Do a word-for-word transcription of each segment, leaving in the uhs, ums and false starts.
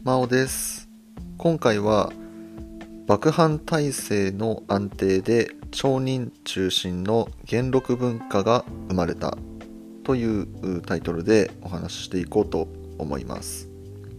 真央です。今回は幕藩体制の安定で町人中心の元禄文化が生まれたというタイトルでお話ししていこうと思います。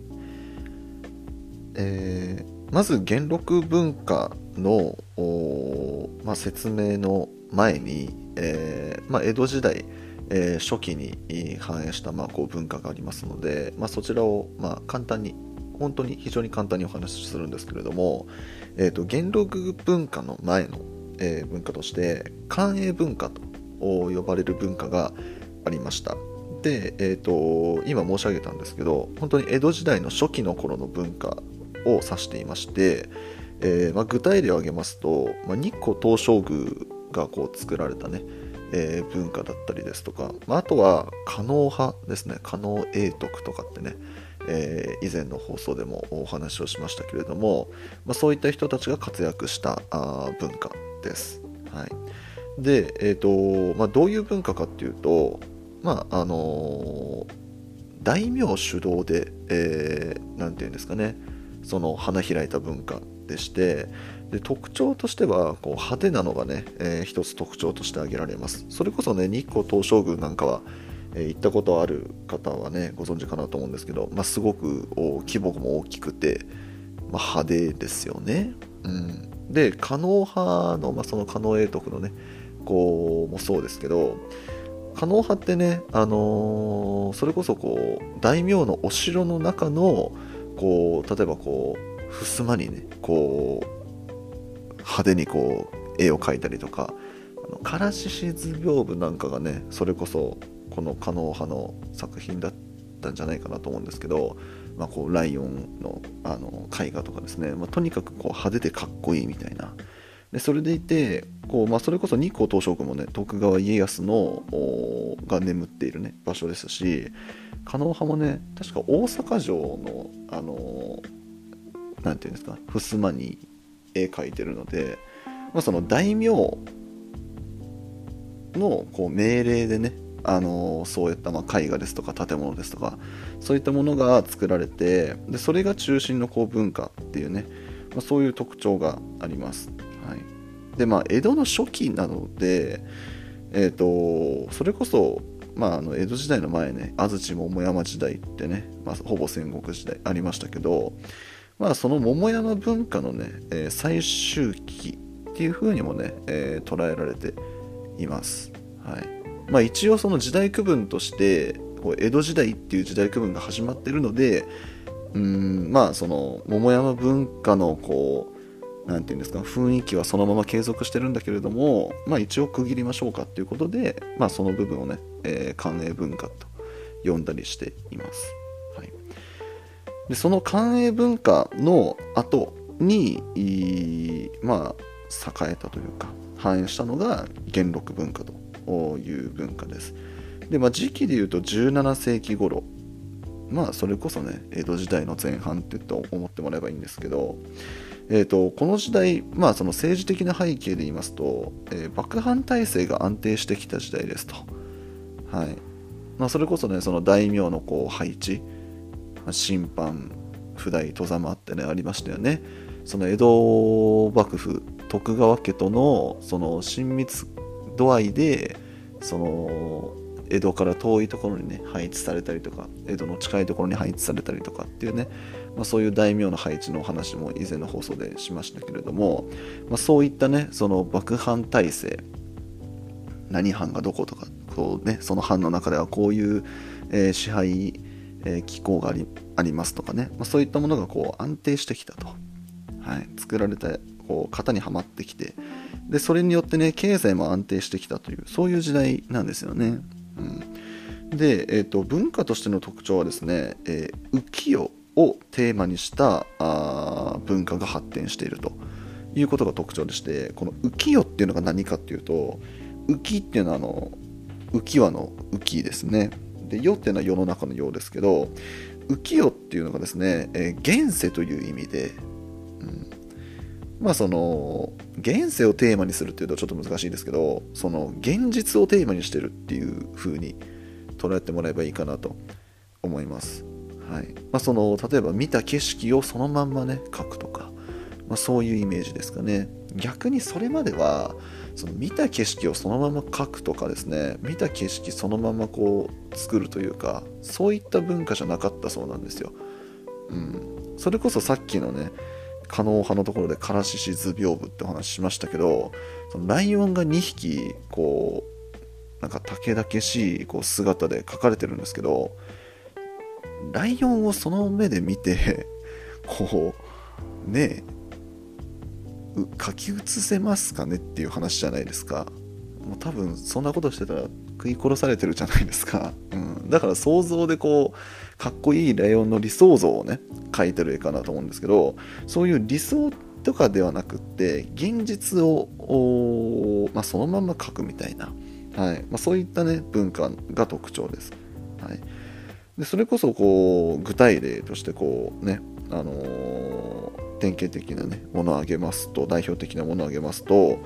えー、まず元禄文化の、まあ、説明の前に、えーまあ、江戸時代、えー、初期に反映した、まあ、こう文化がありますので、まあ、そちらを、まあ、簡単に本当に非常に簡単にお話しするんですけれども、えーと、元禄文化の前の、えー、文化として寛永文化と呼ばれる文化がありました。で、えーと、今申し上げたんですけど、本当に江戸時代の初期の頃の文化を指していまして、えーまあ、具体例を挙げますと、まあ、日光東照宮がこう作られたね、えー、文化だったりですとか、まあ、あとは狩野派ですね、狩野永徳とかってね、えー、以前の放送でもお話をしましたけれども、まあ、そういった人たちが活躍したあ文化です。はい、で、えーとまあ、どういう文化かっていうと、まああのー、大名主導で、えー、なんていうんですかね、その花開いた文化でして、で特徴としてはこう派手なのがね、えー、一つ特徴として挙げられます。それこそね、日光東照宮なんかは、えー、行ったことある方はねご存知かなと思うんですけど、まあ、すごく規模も大きくて、まあ、派手ですよね。うん、で狩野派の、まあ、その狩野永徳のねこうもそうですけど、狩野派ってね、あのー、それこそこう大名のお城の中のこう例えばこう襖にねこう派手にこう絵を描いたりとか、唐獅子図屏風なんかがねそれこそこの狩野派の作品だったんじゃないかなと思うんですけど、まあ、こうライオンの、あの絵画とかですね、まあ、とにかくこう派手でかっこいいみたいな。でそれでいてこう、まあ、それこそ日光東照宮もね徳川家康のが眠っている、ね、場所ですし、狩野派もね確か大阪城のあのなんていうんですか襖に絵描いてるので、まあ、その大名のこう命令でね、あのそういったまあ絵画ですとか建物ですとかそういったものが作られて、でそれが中心のこう文化っていうね、まあ、そういう特徴があります。はい、でまあ江戸の初期なので、えーとそれこそ、まあ、あの江戸時代の前ね、安土桃山時代ってね、まあ、ほぼ戦国時代ありましたけど、まあ、その桃山文化のね、えー、最終期っていう風にもね、えー、捉えられています。はい、まあ、一応その時代区分としてこう江戸時代っていう時代区分が始まっているので、うーんまあその桃山文化のこうなんていうんですか雰囲気はそのまま継続してるんだけれども、まあ、一応区切りましょうかっていうことで、まあ、その部分をね、えー、寛永文化と呼んだりしています。はい、でその寛永文化の後にまあ栄えたというか反映したのが元禄文化という文化です。で、まあ、時期でいうとじゅうななせいき頃、まあそれこそね江戸時代の前半って言って思ってもらえばいいんですけど、えーと、この時代、まあ、その政治的な背景で言いますと、えー、幕藩体制が安定してきた時代ですと。はいまあ、それこそねその大名のこう配置、審判譜代戸様ってねありましたよね。その江戸幕府徳川家とのその親密度合いでその江戸から遠いところにね配置されたりとか、江戸の近いところに配置されたりとかっていうね、まあ、そういう大名の配置の話も以前の放送でしましたけれども、まあ、そういったねその幕藩体制、何藩がどことかこう、ね、その藩の中ではこういう、えー、支配、えー、機構があり、ありますとかね、まあ、そういったものがこう安定してきたと、はい、作られたこう型にはまってきて、でそれによってね経済も安定してきたという、そういう時代なんですよね。うん、で、えーと、文化としての特徴はですね、えー、浮世をテーマにしたあ文化が発展しているということが特徴でして、この浮世っていうのが何かっていうと、浮っていうのはあの浮輪の浮ですね。で世っていうのは世の中の世ですけど、浮世っていうのがですね、えー、現世という意味で、うん、まあその現世をテーマにするっていうとちょっと難しいですけど、その現実をテーマにしてるっていう風に捉えてもらえばいいかなと思います。 はいまあ、その例えば見た景色をそのまんまね描くとか、まあ、そういうイメージですかね。逆にそれまではその見た景色をそのまま描くとかですね、見た景色そのままこう作るというか、そういった文化じゃなかったそうなんですよ。うん、それこそさっきのね狩野派のところで唐獅子図屏風ってお話ししましたけど、そのライオンがにひきこうなんか武々しいこう姿で描かれてるんですけど、ライオンをその目で見てこうね書き写せますかねっていう話じゃないですか。もう多分そんなことしてたら食い殺されてるじゃないですか、うん、だから想像でこうかっこいいライオンの理想像をね描いてる絵かなと思うんですけど、そういう理想とかではなくって現実を、まあ、そのまま描くみたいな、はいまあ、そういったね文化が特徴です。はい、でそれこそこう具体例としてこうね、あのー、典型的な、ね、ものを挙げますと、代表的なものを挙げますと、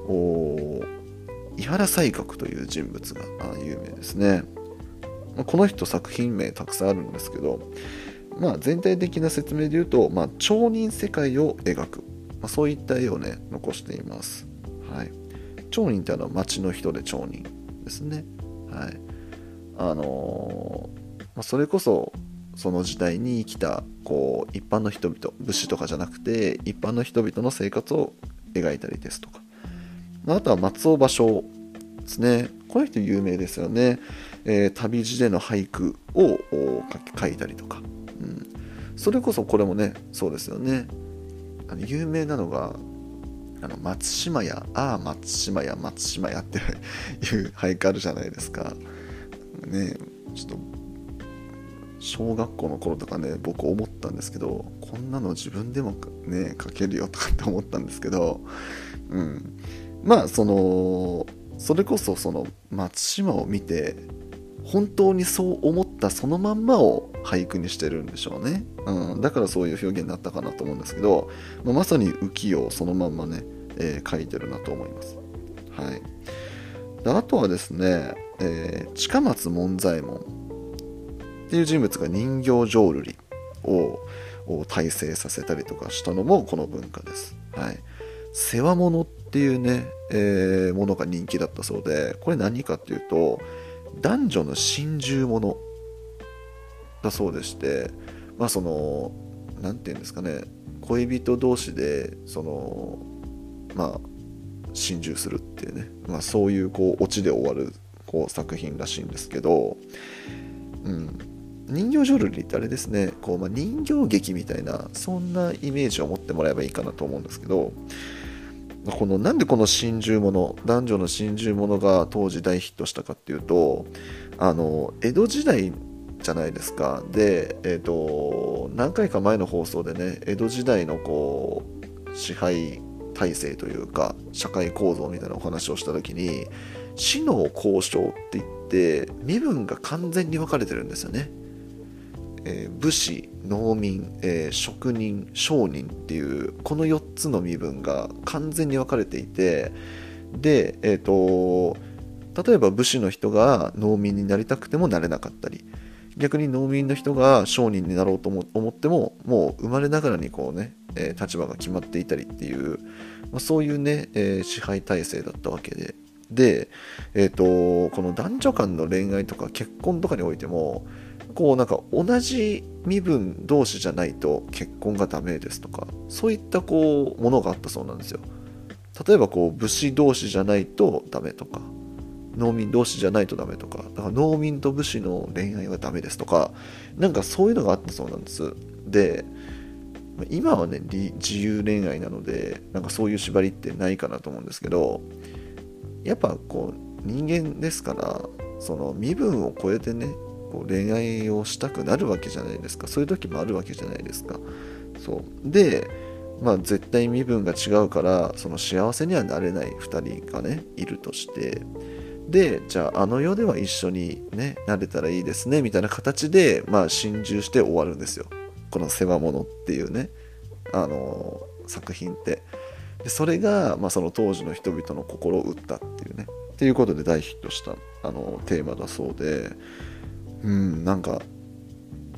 井原西鶴という人物が有名ですね。この人作品名たくさんあるんですけど、まあ、全体的な説明で言うと、まあ、町人世界を描く、まあ、そういった絵をね残しています。はい、町人ってあの町の人で町人ですね。はいあのーまあ、それこそその時代に生きたこう一般の人々、武士とかじゃなくて一般の人々の生活を描いたりですとか、あとは松尾芭蕉ですね。この人有名ですよね。えー、旅路での俳句を書いたりとか、うん、それこそこれもねそうですよね。あの有名なのがあの松島屋、ああ松島屋松島屋っていう俳句あるじゃないですかね。ちょっと小学校の頃とかね僕思ったんですけど、こんなの自分でもね書けるよとかって思ったんですけど、うんまあそのそれこそその松島を見て本当にそう思ったそのまんまを俳句にしてるんでしょうね、うん、だからそういう表現になったかなと思うんですけど、まあ、まさに浮世をそのまんまね、えー、書いてるなと思います。はい、であとはですね、えー、近松門左衛門っていう人物が人形浄瑠璃を大成させたりとかしたのもこの文化です。はい、世話物っていうね、えー、ものが人気だったそうで、これ何かっていうと男女の心中ものだそうでして、まあそのなんていうんですかね、恋人同士でそのまあ心中するっていうね、まあ、そういうこうオチで終わるこう作品らしいんですけど、うん、人形浄瑠璃ってあれですね、こう、まあ、人形劇みたいなそんなイメージを持ってもらえばいいかなと思うんですけど、このなんでこの心中もの、男女の心中ものが当時大ヒットしたかっていうと、あの江戸時代じゃないですか。で、えーと、何回か前の放送でね江戸時代のこう支配体制というか社会構造みたいなお話をした時に、士農工商って言って身分が完全に分かれてるんですよね。えー、武士、農民、えー、職人、商人っていうこのよっつの身分が完全に分かれていて、で、えーと、例えば武士の人が農民になりたくてもなれなかったり、逆に農民の人が商人になろうと思ってももう生まれながらにこうね、えー、立場が決まっていたりっていう、まあ、そういうね、えー、支配体制だったわけで、で、えーと、この男女間の恋愛とか結婚とかにおいてもこうなんか同じ身分同士じゃないと結婚がダメですとか、そういったこうものがあったそうなんですよ。例えばこう武士同士じゃないとダメとか、農民同士じゃないとダメとか、だから農民と武士の恋愛はダメですとか、なんかそういうのがあったそうなんです。で、今はね自由恋愛なのでなんかそういう縛りってないかなと思うんですけど、やっぱこう人間ですから、その身分を超えてねこう恋愛をしたくなるわけじゃないですか。そういう時もあるわけじゃないですか。そうで、まあ絶対身分が違うからその幸せにはなれないふたりがねいるとして、でじゃああの世では一緒にねなれたらいいですねみたいな形でまあ心中して終わるんですよ、この世話物っていうねあの作品って。でそれが、まあ、その当時の人々の心を打ったっていうねっていうことで大ヒットしたあのテーマだそうで、うんなんか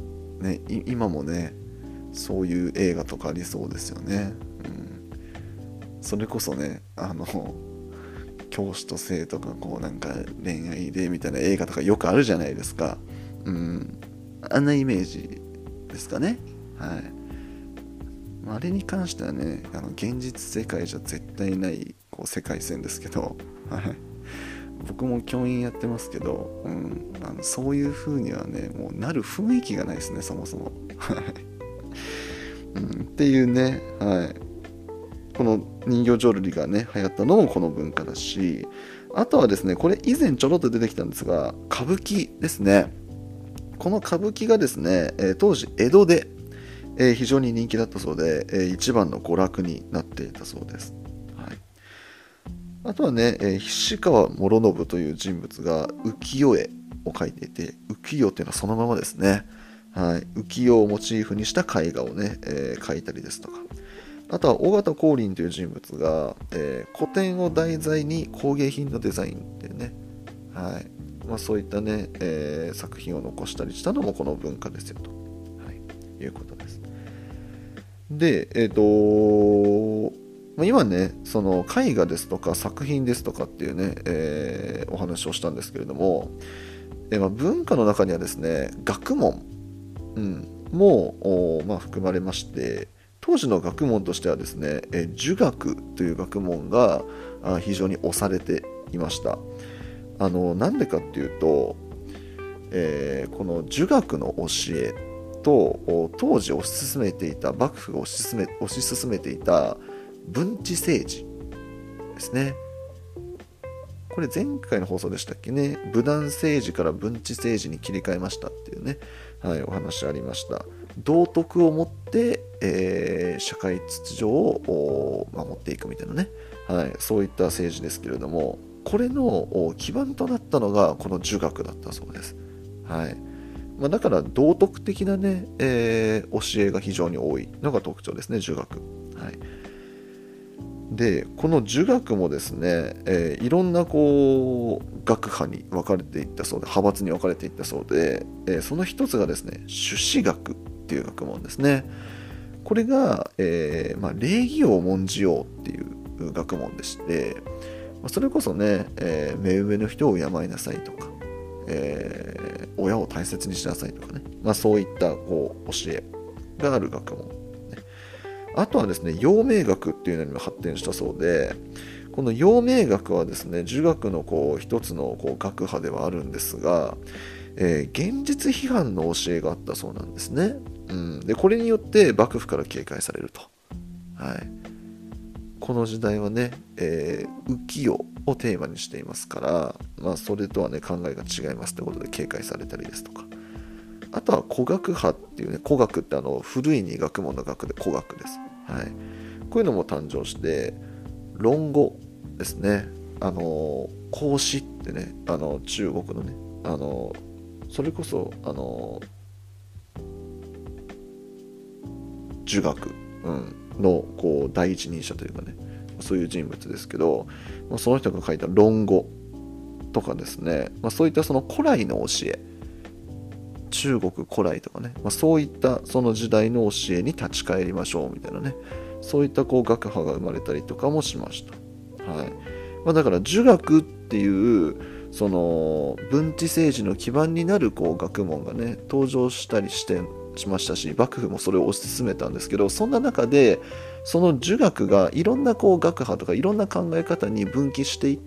ね、今もねそういう映画とかありそうですよね、うん、それこそねあの教師と生徒がこうなんか恋愛でみたいな映画とかよくあるじゃないですか、うん、あんなイメージですかね。はい。あれに関してはね、あの現実世界じゃ絶対ないこう世界線ですけど、はい、僕も教員やってますけど、うん、あのそういう風にはねもうなる雰囲気がないですね、そもそも。はい、うん、っていうね、はい、この人形浄瑠璃がね流行ったのもこの文化だし、あとはですね、これ以前ちょろっと出てきたんですが、歌舞伎ですね。この歌舞伎がですね、えー当時江戸で、えー非常に人気だったそうで、えー一番の娯楽になっていたそうです。はい、あとはね、えー菱川師宣という人物が浮世絵を描いていて、浮世っていうのはそのままですね。はい、浮世をモチーフにした絵画をね、えー描いたりですとか、あとは尾形光琳という人物が、えー古典を題材に工芸品のデザインっていうね、はい、まあ、そういったね、えー作品を残したりしたのもこの文化ですよと、はい、いうことです。で、えっ、とまあ今ね、その絵画ですとか作品ですとかっていうね、えーお話をしたんですけれども、えーまあ、文化の中にはですね、学問、うん、も、まあ、含まれまして、当時の学問としてはですね、えー儒学という学問があ非常に推されていました。あのなんでかっていうと、えーこの儒学の教えと当時推し進めていた幕府が推し進め推し進めていた文治政治ですね。これ前回の放送でしたっけね、武断政治から文治政治に切り替えましたっていうね、はい、お話ありました。道徳をもって、えー社会秩序を守っていくみたいなね、はい、そういった政治ですけれども、これの基盤となったのがこの儒学だったそうです。はい、まあ、だから道徳的なね、えー教えが非常に多いのが特徴ですね、儒学。はい、でこの儒学もですね、えーいろんなこう学派に分かれていったそうで、派閥に分かれていったそうで、えーその一つがですね、朱子学っていう学問ですね。これが、えーまあ、礼儀を重んじようっていう学問でして、まあそれこそね、えー目上の人を敬いなさいとか、えー親を大切にしなさいとかね、まあ、そういったこう教えがある学問、ね、あとはですね、陽明学っていうのにも発展したそうで、この陽明学はですね、儒学のこう一つのこう学派ではあるんですが、えー現実批判の教えがあったそうなんですね。うん、でこれによって幕府から警戒されると。はい、この時代はね、えー浮世をテーマにしていますから、まあ、それとはね考えが違いますということで警戒されたりですとか、あとは古学派っていうね、古学ってあの古いに学問の学で古学です。はい、こういうのも誕生して、論語ですね、あの孔子ってね、あの中国のね、あのそれこそあの儒学、うん、のこう第一人者というかね、そういう人物ですけど、その人が書いた論語とかですね、まあ、そういったその古来の教え、中国古来とかね、まあ、そういったその時代の教えに立ち返りましょうみたいなね、そういったこう学派が生まれたりとかもしました。はい、まあ、だから儒学っていうその文治政治の基盤になるこう学問がね登場したりしてしましたし、幕府もそれを推し進めたんですけど、そんな中でその儒学がいろんなこう学派とかいろんな考え方に分岐していって、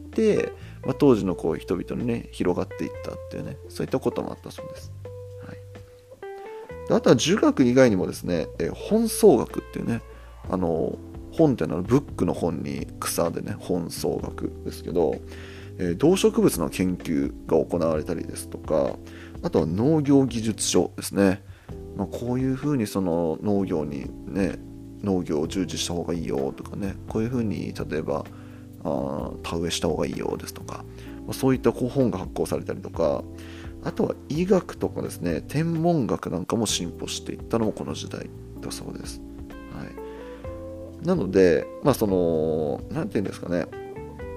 まあ、当時のこう人々にね広がっていったっていうね、そういったこともあったそうです。はい、であとは儒学以外にもですね、え本草学っていうね、あの本っていうのはブックの本に草でね、本草学ですけど、えー動植物の研究が行われたりですとか、あとは農業技術書ですね。まあ、こういうふうにその農業にね、農業を従事した方がいいよとかね、こういうふうに例えばあ田植えした方がいいよですとか、まあ、そういったこう本が発行されたりとか、あとは医学とかですね、天文学なんかも進歩していったのもこの時代だそうです。はい、なので、まあそのなんていうんですかね、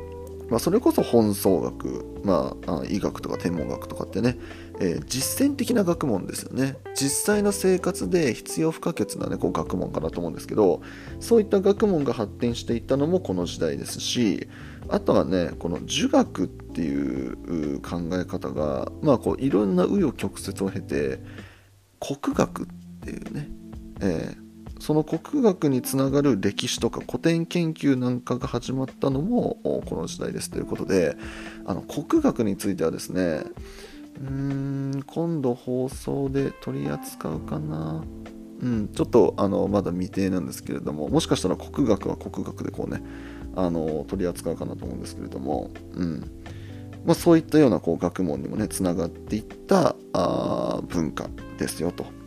まあ、それこそ本草学、まあ、医学とか天文学とかってね、えー、実践的な学問ですよね。実際の生活で必要不可欠な、ね、こう学問かなと思うんですけど、そういった学問が発展していったのもこの時代ですし、あとはねこの儒学っていう考え方が、まあ、こういろんな紆余曲折を経て国学っていうね、えーその国学につながる歴史とか古典研究なんかが始まったのもこの時代ですということで、あの国学についてはですね、うーん今度放送で取り扱うかな、うん、ちょっとあのまだ未定なんですけれども、もしかしたら国学は国学でこうねあの取り扱うかなと思うんですけれども、うんまあ、そういったようなこう学問にもねつながっていったあ文化ですよと、はい、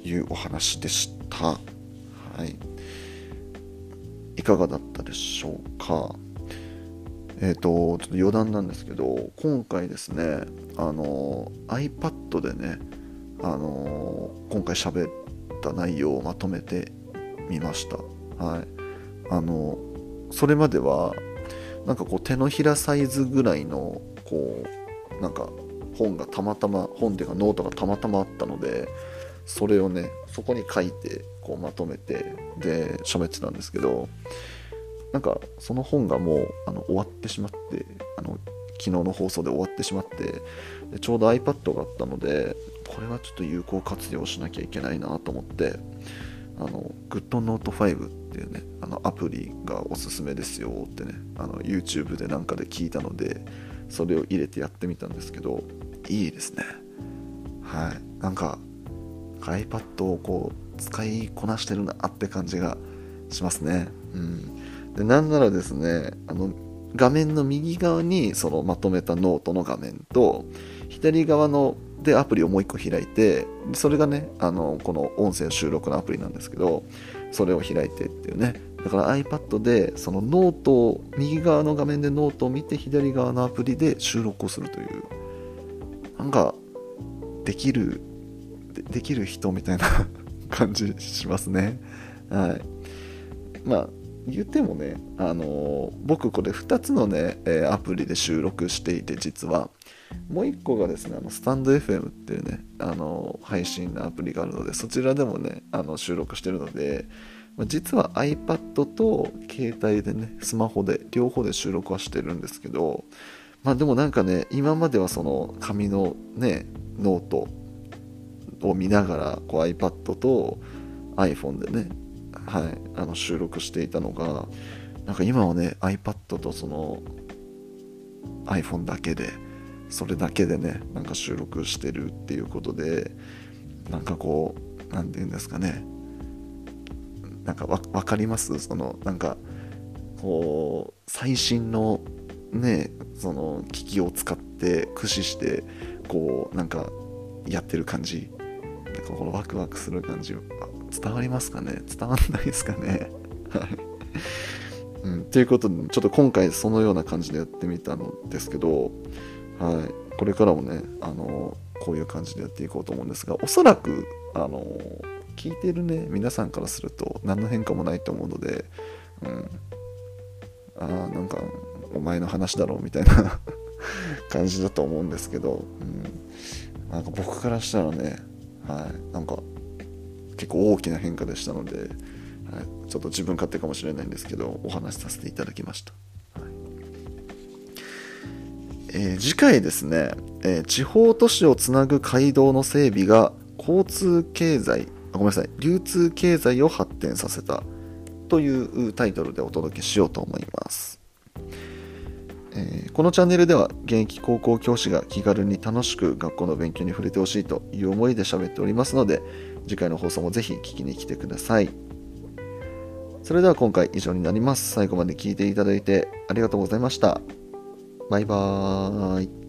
いうお話でした。はい、いかがだったでしょうか。えっ、ー、とちょっと余談なんですけど、今回ですねあの iPad でねあの今回喋った内容をまとめてみました。はい、あのそれまではなんかこう手のひらサイズぐらいのこうなんか本がたまたま本っていうかノートがたまたまあったので、それをねそこに書いてこうまとめてで喋ってたんですけど、なんかその本がもうあの終わってしまって、あの昨日の放送で終わってしまって、でちょうど iPad があったのでこれはちょっと有効活用しなきゃいけないなと思って、あの GoodNote ファイブっていうねあのアプリがおすすめですよってねあの YouTube でなんかで聞いたので、それを入れてやってみたんですけど、いいですね。はい、なんかiPad をこう使いこなしてるなって感じがしますね。うん、でなんならですねあの画面の右側にそのまとめたノートの画面と左側のでアプリをもう一個開いて、それがねあのこの音声収録のアプリなんですけど、それを開いてっていうね、だから iPad でそのノートを右側の画面でノートを見て左側のアプリで収録をするという、なんかできるで, できる人みたいな感じしますね。はい。まあ言ってもね、あのー、僕これふたつのね、えー、アプリで収録していて、実はもういっこがですねあのスタンド エフエム っていうね、あのー、配信のアプリがあるので、そちらでもねあの収録してるので、まあ、実は iPad と携帯でねスマホで両方で収録はしてるんですけど、まあでもなんかね今まではその紙のねノートを見ながらこう iPad と iPhone でね、はい、あの収録していたのが、なんか今はね iPad とその iPhone だけでそれだけでねなんか収録してるっていうことで、なんかこうなんていうんですかね、なんかわ分かります、そのなんかこう最新のねその機器を使って駆使してこうなんかやってる感じ、なんかこのワクワクする感じ伝わりますかね、伝わんないですかねはい、うん、ということでちょっと今回そのような感じでやってみたのですけど、はい、これからもねあのこういう感じでやっていこうと思うんですが、おそらくあの聞いてるね皆さんからすると何の変化もないと思うので、うん、あーなんかお前の話だろうみたいな感じだと思うんですけど、うん、なんか僕からしたらね、はい、なんか結構大きな変化でしたので、はい、ちょっと自分勝手かもしれないんですけどお話しさせていただきました。はい、えー、次回ですね、えー、地方都市をつなぐ街道の整備が交通経済あごめんなさい流通経済を発展させたというタイトルでお届けしようと思います。えー、このチャンネルでは現役高校教師が気軽に楽しく学校の勉強に触れてほしいという思いで喋っておりますので、次回の放送もぜひ聞きに来てください。それでは今回以上になります。最後まで聞いていただいてありがとうございました。バイバーイ。